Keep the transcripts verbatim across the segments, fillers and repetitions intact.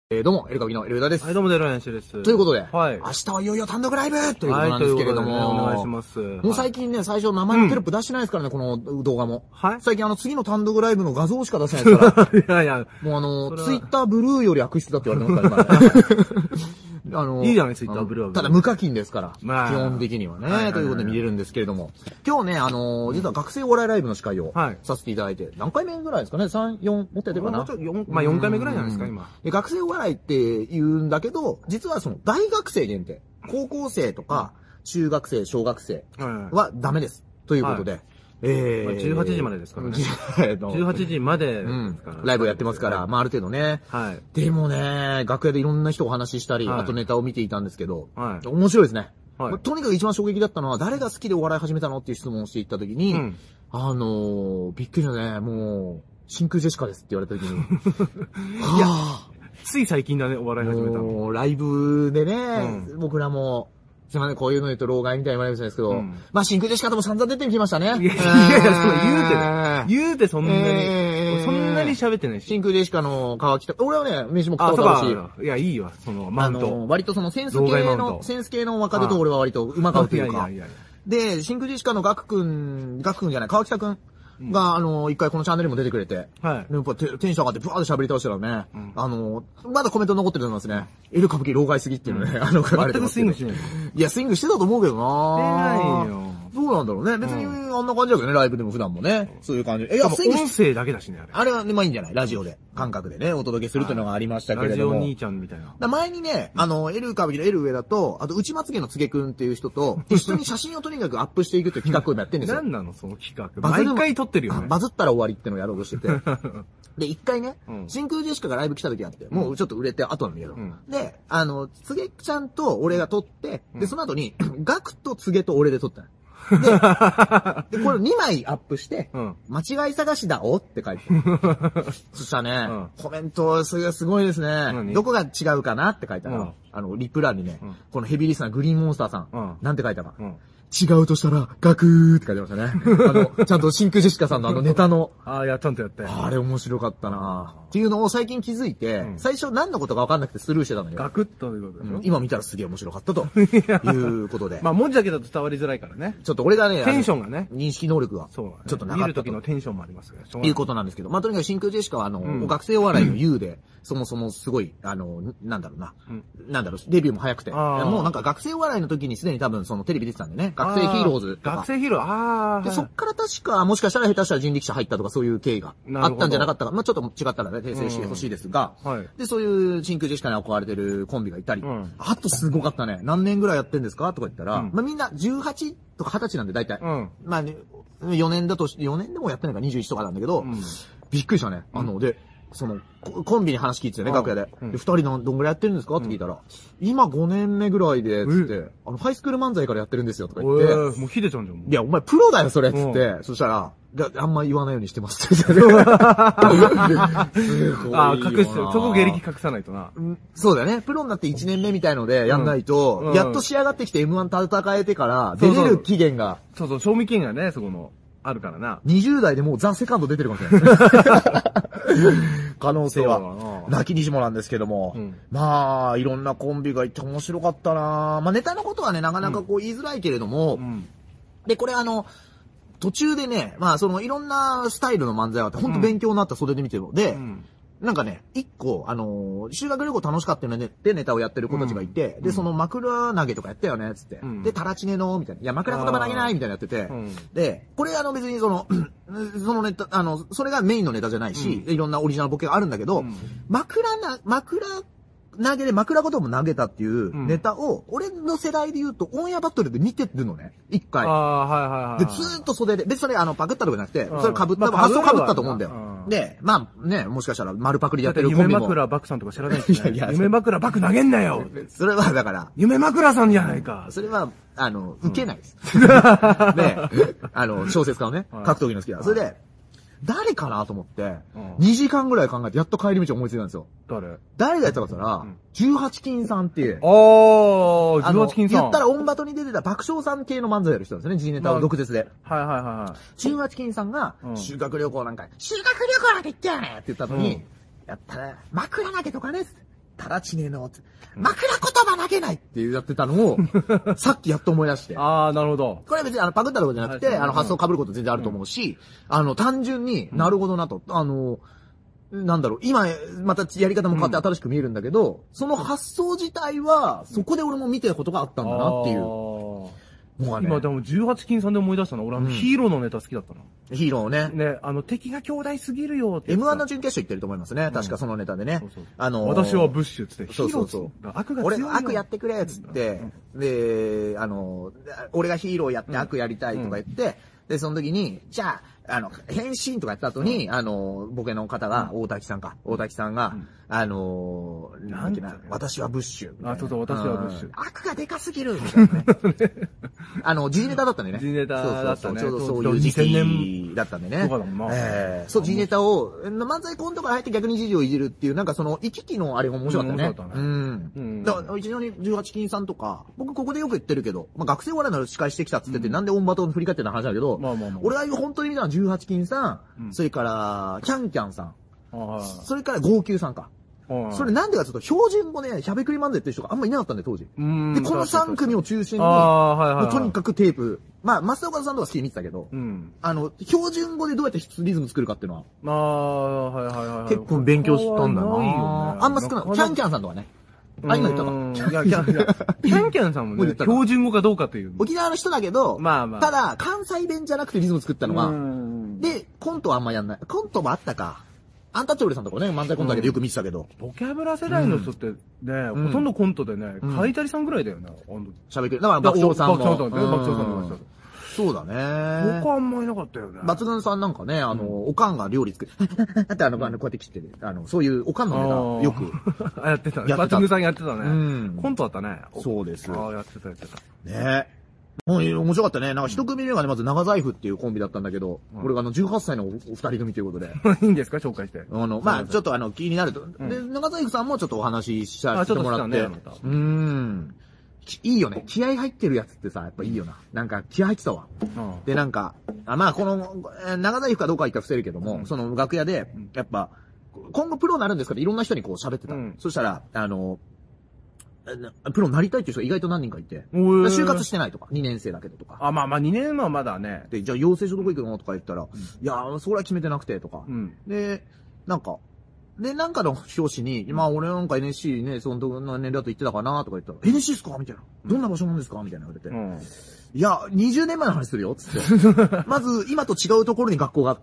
えー、どうも、エルカビのエルウダです。 はい、どうも、デロヤンシです。 ということで、 はい。 明日はいよいよ単独ライブということなんですけれども、 はい、ね、お願いします。 もう最近ね、最初名前のテロップ出してないですからね、うん、この動画も。はい。最近あの、次の単独ライブの画像しか出せないですから。いやいや。もうあの、ツイッターブルーより悪質だって言われてますからね。あの、いいいじゃない、ツイッターブルーは。 ただ無課金ですから。まあ、基本的にはね、はいはいはい、ということで見れるんですけれども。今日ね、あの、実は学生お笑いライブの司会をさせていただいて、何回目ぐらいですかね ?さん、よん、もっとやってるかな、 まあよんかいめぐらいじゃないですか、今。 で、学生お笑いって言うんだけど、実はその大学生限定。高校生とか、中学生、小学生はダメです。ということで。はいえー、じゅうはちじまでですからね。じゅうはちじまで、うん、 ライブをやってますから、まあある程度ね。はい。でもね、楽屋でいろんな人お話ししたり、はい、あとネタを見ていたんですけど、はい。面白いですね。はい。とにかく一番衝撃だったのは、誰が好きでお笑い始めたのっていう質問をしていったときに、うん、あのー、びっくりだね、もう、真空ジェシカですって言われたときに。 いや、つい最近だね、お笑い始めたの。 もう、ライブでね、うん、僕らも、すいません、こういうの言うと老害みたいに言われるんですけど、うん、まあ、真空ジェシカとも散々出てきましたね。いやいやいや、 そう言うてね。言うてそんなに、えー、そんなに喋ってないし。 真空ジェシカの川北、俺はね、飯も食ったことあるし。いや、いいわ、その、マウント。あの、 割とそのセンス系の、センス系の若手と俺は割とうまかうというか。いやいやいやいやで、真空ジェシカのガクくん、ガクくんじゃない、川北くん。が、あの、一回このチャンネルにも出てくれて、はい。やっぱテンション上がって、ブワーって喋り倒したらね、うん、あの、まだコメント残ってると思いますね。エル歌舞伎老害すぎっていうのね、うん、あの、 全くスイングしない。 いや、スイングしてたと思うけどなしてないよ。 どうなんだろうね。別にあんな感じだけどね、ライブでも普段もね。そういう感じ。 いや、スイング音声だけだしね、あれ。 あれはね、まあいいんじゃないラジオで。感覚でね、お届けするというのがありましたけれども。 ラジオ兄ちゃんみたいな。 前にね、あの、エル歌舞伎のエル上だと、あと、内まつげのつげくんっていう人と、一緒に写真をとにかくアップしていくっていう企画をやってるんですよ。 何なのその企画。毎回撮ってるよね。 バズったら終わりってのをやろうとしてて。で、一回ね、うん、真空ジェシカがライブ来た時あって、もうちょっと売れて後なんだけど。うん、で、あの、つげちゃんと俺が撮って、で、その後に、ガクとつげと俺で撮ったの。で、でこれにまいアップして、うん、間違い探しだおって書いてそしたらね、うん、コメントそれがすごいですね。どこが違うかなって書いたら、うん、あの、リプランにね、うん、このヘビーリスナーグリーンモンスターさん、うん、なんて書いたか。うん違うとしたら、ガクーって書いてましたね。あの、ちゃんと真空ジェシカさんのあのネタの。 ああ、いや、ちゃんとやって。 あれ面白かったなっていうのを最近気づいて、うん、最初何のことか分かんなくてスルーしてたんだけど。 ガクッということでしょ、うん、 今見たらすげえ面白かったと。いうことで。 まあ文字だけだと伝わりづらいからね。 ちょっと俺がね、 テンションがね。 認識能力が。そう、ね。ちょっとなかった。 見る時のテンションもありますね。 いうことなんですけど。まあとにかく真空ジェシカはあの、うん、学生お笑いの U で、そもそもすごい、あの、なんだろうな。うん、なんだろう、デビューも早くて。もうなんか学生お笑いの時にすでに多分そのテレビ出てたんでね。学生ヒーローズ。 学生ヒーロー、ああ。 で、そっから確か、もしかしたら下手したら人力車入ったとかそういう経緯があったんじゃなかったか。まあちょっと違ったらね、訂正してほしいですが。はい。で、そういう真空ジェシカに憧れてるコンビがいたり。うん。あとすごかったね。何年ぐらいやってんですかとか言ったら、うん、まあみんなじゅうはちとかはたちなんで大体。うん。まあ、ね、よねんだと、よねんでもやってないからにじゅういちとかなんだけど、うん、びっくりしたね。あの、で、その、コンビに話聞いてたよね、楽屋で。で、二人のどんぐらいやってるんですかって聞いたら、今ごねんめぐらいで、つって、あの、ハイスクール漫才からやってるんですよ、とか言って。 もうヒデちゃんじゃん。 いや、お前プロだよ、それ、つって。そしたら、あんま言わないようにしてますって言って。 ああ、隠して、そこ下力隠さないとな。 そうだよね。プロになっていちねんめみたいのでやんないと、やっと仕上がってきて エムワン 戦えてから、出れる期限が。 そうそう、賞味期限がね、そこの。あるからな。 にじゅう代でもうザ・セカンド出てるかもしれない。可能性は、泣きにしもなんですけども。うん、まあ、いろんなコンビがいて面白かったなまあネタのことはね、なかなかこう言いづらいけれども、うん、で、これあの、途中でね、まあそのいろんなスタイルの漫才があって、ほんと勉強になった袖で見てるので、うんなんかね、一個、あのー、修学旅行楽しかったよねってネタをやってる子たちがいて、うん、で、その枕投げとかやったよね、つって。うん、で、タラチネの、みたいな。いや、枕言葉投げないみたいなやってて、うん、で、これあの別にその、そのネタ、あの、それがメインのネタじゃないし、うん、いろんなオリジナルボケがあるんだけど、うん、枕な、枕、投げで枕言葉も投げたっていうネタを、俺の世代で言うとオンエアバトルで見てるのね。一回。ああ、はいはいはい。で、ずーっと袖で、別にそれあの、パクったとかじゃなくて、それ被った、まあ、発想被ったと思うんだよ。で、まあね、もしかしたら丸パクリやってるコンビも。 夢枕バクさんとか知らないですね。いやいや、夢枕バク投げんなよ。 それはだから。 夢枕さんじゃないか。 それは、あの、受けないです。で、あの、小説家のね、格闘技の好きだ。それで、誰かなと思って、にじかんぐらい考えて、やっと帰り道思いついたんですよ。 誰誰がやったかったら、じゅうはち金さんっていう。 あー、じゅうはち金さん。 言ったらオンバトに出てた爆笑さん系の漫才やる人なんですね、G ネタを毒舌で。 はいはいはい。 じゅうはち金さんが、修学旅行なんか、修学旅行なんて言ってやねって言ったのに、やったら、枕投げとかねタラチネの、枕言葉投げないってやってたのを、さっきやっと思い出して。 ああ、なるほど。 これは別にあのパクったとかじゃなくて、あの発想被ること全然あると思うし、あの単純になるほどなと、あの、なんだろう、今、またやり方も変わって新しく見えるんだけど、その発想自体は、そこで俺も見てることがあったんだなっていう。 もうね、今でもじゅうはち金さんで思い出したの。俺あのヒーローのネタ好きだったな。 ヒーローね。 ね、あの敵が兄弟すぎるよって。 エムワン の準決勝行ってると思いますね。確かそのネタでね。 そうそうあのー、 私はブッシュっつって。 そうそうそう。 悪が強いよ。 俺悪やってくれっつって、で、あの、俺がヒーローやって悪やりたいとか言って、で、その時に、じゃあ、あの、変身とかやった後に、うん、あの、ボケの方が、大滝さんか、大滝さんが、うん、あのー、なんだっけな、私はブッシュ。 あ、そうそう、私はブッシュ。 悪がでかすぎるみたいなね。あの、G ネタだったんでね。 G ネタだったね。 そうそうそう、ちょうどそういう時期だったんでね。 そうだもんな。 えー、そう、G ネタを、漫才コントから入って逆に時事をいじるっていう、なんかその、行き来のあれが面白かったね。面白かったね。うん。うん、だから、一度にじゅうはち金さんとか、僕ここでよく言ってるけど、まあ、学生お笑いの司会してきたっつってて、うん、なんでオンバトを振り返ってる話だけど、まあまあまあ、俺は本当に見たのはじゅうはち金さん、うん、それから、キャンキャンさん、それから号泣さんか。それなんでかちょっと標準語でしゃべくり漫才っていう人があんまいなかったんで、当時。で、このさん組を中心に、とにかくテープ、まあ、増岡さんとか好きに見てたけど、うん、あの、標準語でどうやってリズム作るかっていうのは、 ああ、はいはいはい。 結構勉強したんだな。なあんま少ない。キャンキャンさんとかね。あ、今言ったか。 いや、キャンキャン、キャンキャンさんもね、標準語かどうかという。 沖縄の人だけど、 まあまあ。 ただ、関西弁じゃなくてリズム作ったのは、で、コントはあんまやんない。コントもあったか。アンタッチャブルさんとかね、漫才コントだけでよく見てたけど。 ボキャブラ世代の人ってね、ほとんどコントでね、カイタリさんぐらいだよね。 喋る。だから爆笑さんも。 爆笑さんね、爆笑さんもいました。 そうだね。 他あんまいなかったよね。 抜群さんなんかね、あの、おかんが料理作る。ってあの、こうやって切ってる。あの、そういうおかんのネタ、よく。 やってたね。抜群さんやってたね。コントあったね。 そうです。 ああ、やってたやってた。 ねもう面白かったね。なんか一組目がね、まず長財布っていうコンビだったんだけど、これがあの、じゅうはっさいのお二人組ということで。 いいんですか紹介して。 あの、まあちょっとあの、気になると。で、長財布さんもちょっとお話しさせてもらって。うーん。いいよね。気合入ってるやつってさ、やっぱいいよな。なんか気合入ってたわ。で、なんか、あまあこの、長財布かどうか言ったら伏せるけども、その楽屋で、やっぱ、今後プロになるんですかっていろんな人にこう喋ってた。そしたら、あの、プロになりたいっていう人が意外と何人かいて、就活してないとか、にねん生だけどとか。 あ、まあまあにねんはまだね。 で、じゃあ養成所どこ行くのとか言ったら、うん、いやー、それは決めてなくてとか。うん、で、なんか、で、なんかの表紙に、まあ俺なんか エヌエスシー ね、その年齢だと言ってたかなとか言ったら、エヌエスシー っすかみたいな。どんな場所なんですかみたいな言われて。うんいや、にじゅうねんまえの話するよ、つって。まず、今と違うところに学校があって。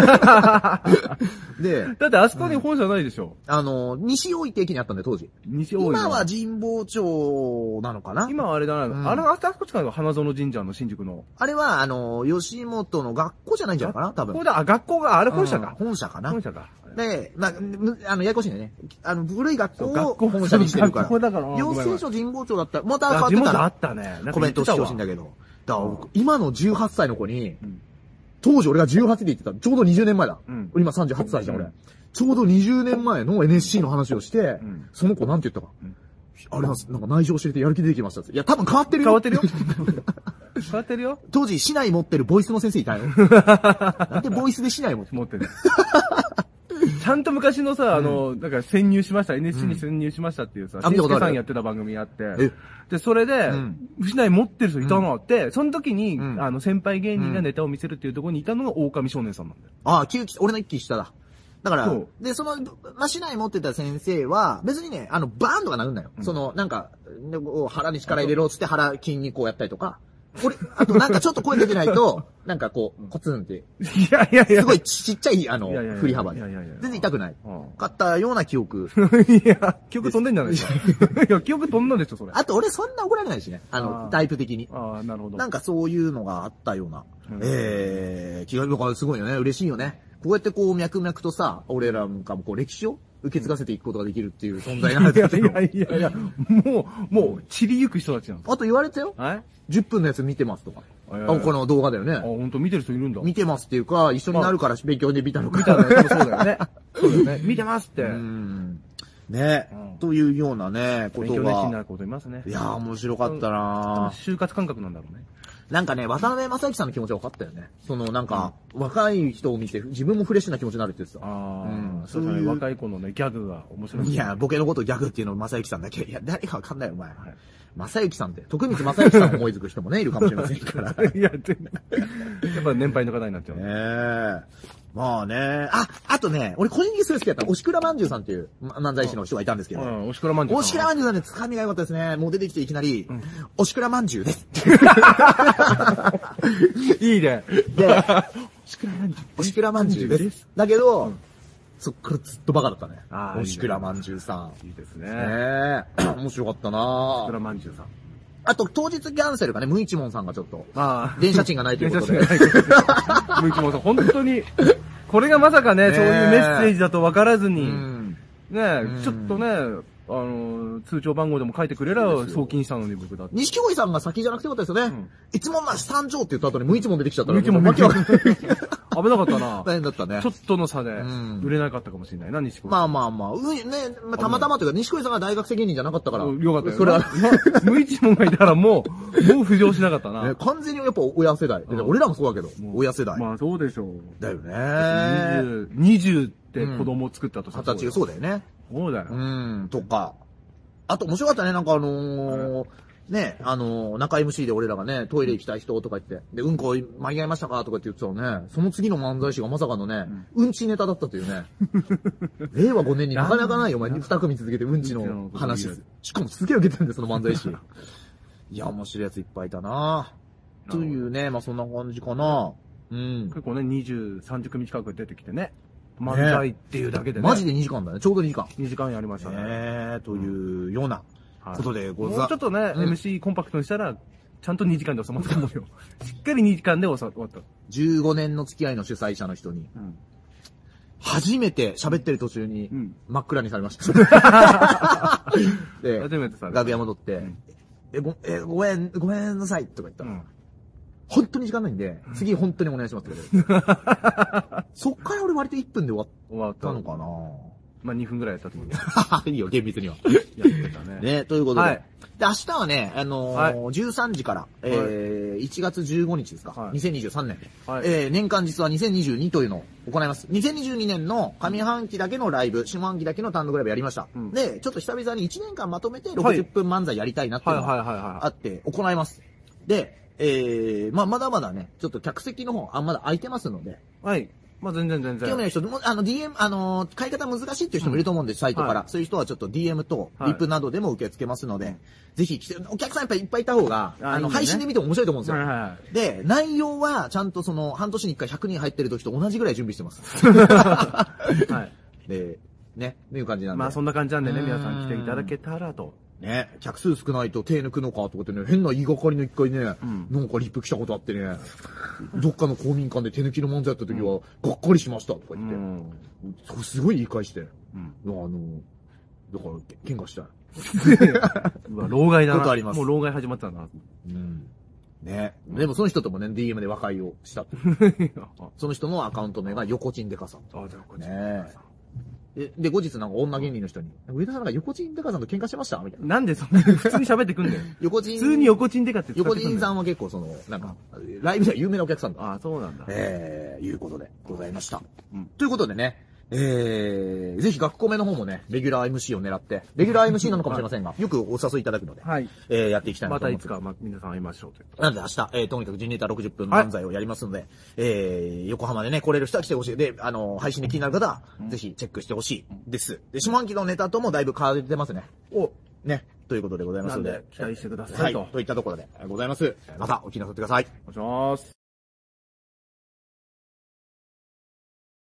で、 だってあそこに本社ないでしょ、 うん、あの、西大井って駅にあったんだよ、当時。 西大井。 今は神保町なのかな今はあれだな、うん、あれ、あそこ近いの花園神社の新宿の。 あれは、あの、吉本の学校じゃないんじゃないかな多分。 学校だ、あ、学校が、あれ本社か。 うん、本社かな本社か。 で、まあ、あの、ややこしいんだよね。あの、古い学校を本社にしてるから。 学校だから。 養成所神保町だったら、また変わってたら。 あったね。 コメントしてほしいんだけど。だから今のじゅうはっさいの子に、うん、当時俺がじゅうはちで言ってた、ちょうどにじゅうねんまえだ。うん、今さんじゅうはっさいじゃん、俺、うん。ちょうどにじゅうねんまえの エヌエスシー の話をして、うん、その子なんて言ったか。うん、あれなんか内情教えてやる気出てきましたって。いや、多分変わってるよ。 変わってるよ。変わってるよ。 当時、市内持ってるボイスの先生いたよ。なんでボイスで市内持ってる持ってる。ちゃんと昔のさ、あの、だから潜入しました、エヌエスシー に潜入しましたっていうさ、しんすけさんやってた番組があって、で、それで、市内持ってる人いたのがあって、その時に、あの、先輩芸人がネタを見せるっていうところにいたのが狼少年さんなんだよ。 ああ、俺の一期下だ。だから、で、その、まあ、市内持ってた先生は、別にね、あの、バーンとかなるんだよ。その、なんか、腹に力入れろっつって腹筋にこうやったりとか、俺、あとなんかちょっと声出てないと、なんかこう、コツンって。 いやいやいや。 すごいちっちゃい、あの、振り幅で。全然痛くない。かったような記憶。 いや、記憶飛んでんじゃないですか。いや、記憶飛んだでしょ、それ。 あと俺そんな怒られないしね。あの、タイプ的に。 ああ、なるほど。 なんかそういうのがあったような。ええ、気が、だからすごいよね。嬉しいよね。こうやってこう、脈々とさ、俺らなんかもこう、歴史を受け継がせていくことができるっていう存在なんですけど。 いやいやいや、もう、もう、散りゆく人たちなんです。 あと言われたよ。 はいじゅっぷんのやつ見てますとか。あ、この動画だよね。あ、 本当見てる人いるんだ。 見てますっていうか、一緒になるから勉強で見たのか。 見たね。そうだよね。そうだよね。見てますって。うん。 ね、うん、というようなね、ことが。 勉強熱心になることいますね。 いやー、面白かったなー。 就活感覚なんだろうね。 なんかね、渡辺正行さんの気持ちは分かったよね。そのなんか、うん、若い人を見て自分もフレッシュな気持ちになるって言ってた。 ああ、うん、そういう若い子のね、ギャグが面白い。 いや、ボケのことギャグっていうのを正行さんだけ。いや、誰か分かんないよ、お前。はい、正行さんって、徳光正行さんを思いつく人もね、いるかもしれませんから。 いや、全然。やっぱ年配の方になっちゃう。 ねえ。まあね。あ、あとね、俺個人的にすごい好きだった。おしくらまんじゅうさんっていう漫才師の人がいたんですけど。 うん、おしくらまんじゅうさん。 おしくらまんじゅうさんでつかみが良かったですね。もう出てきていきなり、うん、おしくらまんじゅうです。 いいね。 で、おしくらまんじゅう。おしくらまんじゅうです。だけど、うん、そっからずっとバカだったね。おしくらまんじゅうさん。 いいですね。 ねえ。面白かったなおしくらまんじゅうさん。 あと、当日キャンセルがね、無一文さんがちょっと、電車賃がないということで。 無一文さん、本当に、これがまさかね、そういうメッセージだと分からずに、ね、ちょっとね、あの、通帳番号でも書いてくれら送金したのに僕だって。 錦鯉さんが先じゃなくてよかったですよね。いつもなし参上って言った後に無一文出てきちゃったら。 無一文、無一文。危なかったな。 大変だったね。 ちょっとの差で、売れなかったかもしれないな、錦鯉。 まあまあまあ、うね、たまたまというか、錦鯉さんが大学生芸人じゃなかったから。 よかったよ。 それは、 無一文がいたらもう、もう浮上しなかったな。 完全にやっぱ親世代。俺らもそうだけど、親世代。 まあそうでしょう。 だよね。 にじゅうって子供を作ったとしたら。二十歳、そうだよね。 そうだよ。 うん、とか。あと面白かったね、なんかあのー、ね、あのー、中 エムシー で俺らがね、トイレ行きたい人とか言って、で、うんこ間に合いましたかとかって言ってたのね、その次の漫才師がまさかのね、うん、うんちネタだったというね。れいわごねんになかなかないよ、お前、二組続けてうんちの話。しかもすげえ受けてるんだよ、その漫才師。いや、面白いやついっぱいいたなというね、まあそんな感じかな。うん。 結構ね、にじゅう、さんじゅっ組近く出てきてね。漫才っていうだけでね。 マジでにじかんだね。ちょうどにじかん。 にじかんやりましたね。 ねというようなことでございます。 もうちょっとね、エムシー コンパクトにしたら、ちゃんとにじかんで収まったと思うよ。しっかりにじかんで終わった。 じゅうごねんの付き合いの主催者の人に、初めて喋ってる途中に、真っ暗にされました。で、 初めてされた。 楽屋戻って、え、ご、え、ごめん、ごめんなさいとか言ったら、本当に時間ないんで、次本当にお願いしますって言われて。そっから俺割といっぷんで終わったのかな。 まあにふんぐらいやったと思う。いいよ、厳密には。 やってたね。 ね、ということで。はい、で、明日はね、あのーはい、じゅうさんじから、えー、いちがつじゅうごにちですか。はい、にせんにじゅうさんねん。はい、えー、年間実はにせんにじゅうにというのを行います。にせんにじゅうにねんの上半期だけのライブ、下半期だけの単独ライブやりました。うん、で、ちょっと久々にいちねんかんまとめてろくじゅっぷん漫才やりたいなっていうのがあって行います。で、えー、まあ、まだまだね、ちょっと客席の方、あ、まだ空いてますので。 はい。まあ、全然全然。 興味ない人も、あの、ディーエム、あのー、買い方難しいっていう人もいると思うんです、うん、サイトから。はい、そういう人はちょっと ディーエム と、リップなどでも受け付けますので、はい、ぜひ来て、お客さんやっぱりいっぱいいた方が、あ, あの、いいね、配信で見ても面白いと思うんですよ。はいはい、で、内容は、ちゃんとその、半年にいっかいひゃくにん入ってる時と同じぐらい準備してます。はい。で、ね、いう感じなんで。 まあ、そんな感じなんでね、皆さん来ていただけたらと。 ね、客数少ないと手抜くのかとかってね、変な言いがかりの一回ね、うん、なんかリップ来たことあってね、どっかの公民館で手抜きの漫才やった時は、がっかりしましたとか言って、うん、そすごい言い返して、うん、あの、だから、喧嘩したい。 うわ、老害だな。 ことあります。 もう老害始まったな。 うん。ね、うん、でもその人ともね、ディーエム で和解をしたって。その人のアカウント名が横チンデカさん。あ、じゃあ、横チンデカさん。で、で、後日なんか女芸人の人に、上田さんが横チンデカさんと喧嘩してましたみたいな。 なんでそんな普通に喋ってくんだよ。 横チン。 普通に横チンデカって言って横チンさんは結構その、なんか、ライブでは有名なお客さんと。 ああ、そうなんだ。 ええー、いうことでございました。うん。ということでね、えー、ぜひ学校目の方もね、レギュラー エムシー を狙って、レギュラー エムシー なのかもしれませんが、よくお誘いいただくので、はい。えー、やっていきたいなと思います。 またいつか、ま、皆さん会いましょうという。 なので明日、えー、とにかくジネタろくじゅっぷん漫才をやりますので、はい、えー、横浜でね、来れる人は来てほしい。で、あの、配信で気になる方は、うん、ぜひチェックしてほしいです。で、下半期のネタともだいぶ変わってますね。お、ね。ということでございますので。 期待してくださいと。 はい。といったところでございます。またお聞きなさってください。 お願いします。